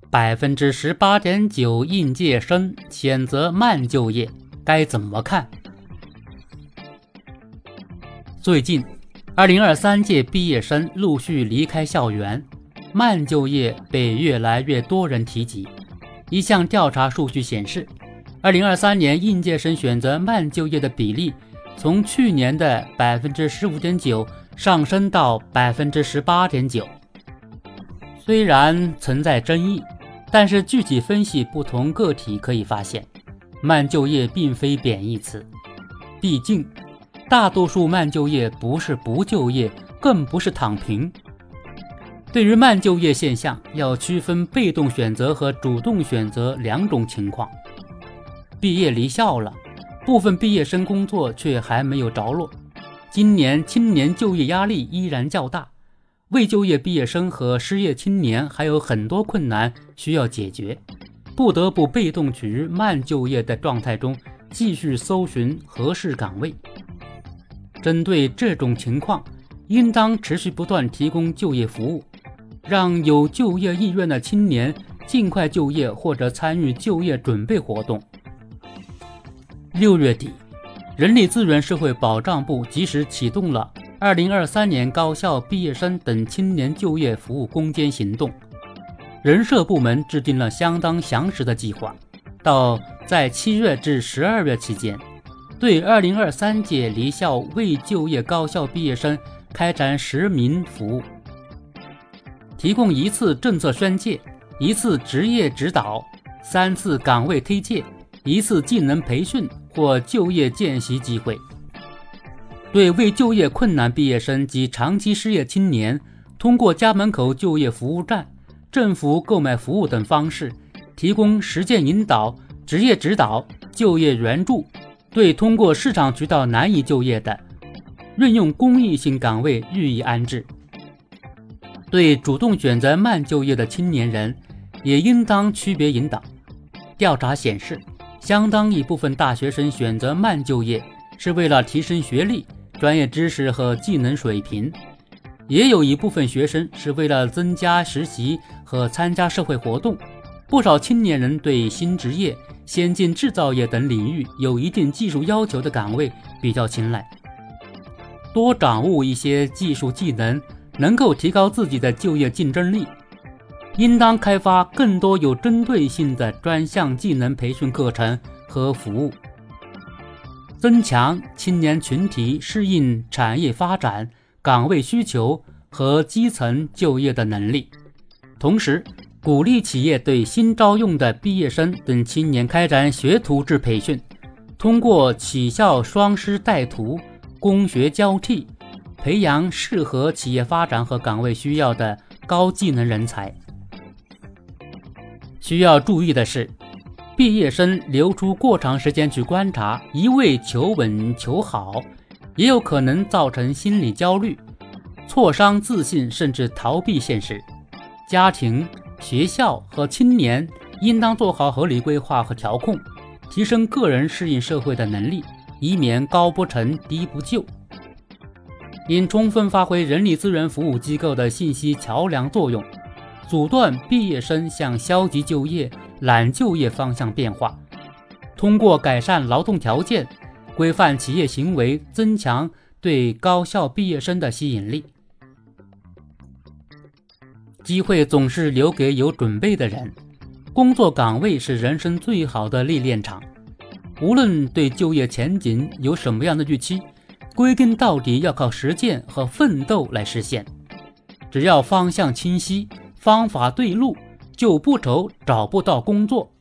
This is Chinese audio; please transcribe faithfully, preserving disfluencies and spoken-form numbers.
百分之十八点九 应届生选择慢就业，该怎么看？最近二零二三届毕业生陆续离开校园，慢就业被越来越多人提及。一项调查数据显示，二零二三年应届生选择慢就业的比例从去年的 百分之十五点九 上升到 百分之十八点九。 虽然存在争议，但是具体分析不同个体可以发现，慢就业并非贬义词。毕竟大多数慢就业不是不就业，更不是躺平。对于慢就业现象，要区分被动选择和主动选择两种情况。毕业离校了，部分毕业生工作却还没有着落。今年青年就业压力依然较大，未就业毕业生和失业青年还有很多困难需要解决，不得不被动处于慢就业的状态中，继续搜寻合适岗位。针对这种情况，应当持续不断提供就业服务，让有就业意愿的青年尽快就业或者参与就业准备活动。六月底，人力资源社会保障部及时启动了二零二三年高校毕业生等青年就业服务攻坚行动。人社部门制定了相当详实的计划，到在七月至十二月期间，对二零二三届离校未就业高校毕业生开展实名服务，提供一次政策宣介、一次职业指导、三次岗位推介、一次技能培训或就业见习机会。对未就业困难毕业生及长期失业青年，通过家门口就业服务站、政府购买服务等方式，提供实践引导、职业指导、就业援助。对通过市场渠道难以就业的，运用公益性岗位予以安置。对主动选择慢就业的青年人，也应当区别引导。调查显示，相当一部分大学生选择慢就业是为了提升学历、专业知识和技能水平，也有一部分学生是为了增加实习和参加社会活动。不少青年人对新职业、先进制造业等领域有一定技术要求的岗位比较青睐。多掌握一些技术技能，能够提高自己的就业竞争力。应当开发更多有针对性的专项技能培训课程和服务，增强青年群体适应产业发展、岗位需求和基层就业的能力。同时，鼓励企业对新招用的毕业生等青年开展学徒制培训，通过企校双师带徒、工学交替，培养适合企业发展和岗位需要的高技能人才。需要注意的是，毕业生留出过长时间去观察，一味求稳求好，也有可能造成心理焦虑，挫伤自信，甚至逃避现实。家庭、学校和青年应当做好合理规划和调控，提升个人适应社会的能力，以免高不成低不就。应充分发挥人力资源服务机构的信息桥梁作用，阻断毕业生向消极就业、懒就业方向变化，通过改善劳动条件、规范企业行为，增强对高校毕业生的吸引力。机会总是留给有准备的人，工作岗位是人生最好的历练场。无论对就业前景有什么样的预期，归根到底要靠实践和奋斗来实现。只要方向清晰，方法对路，就不愁找不到工作。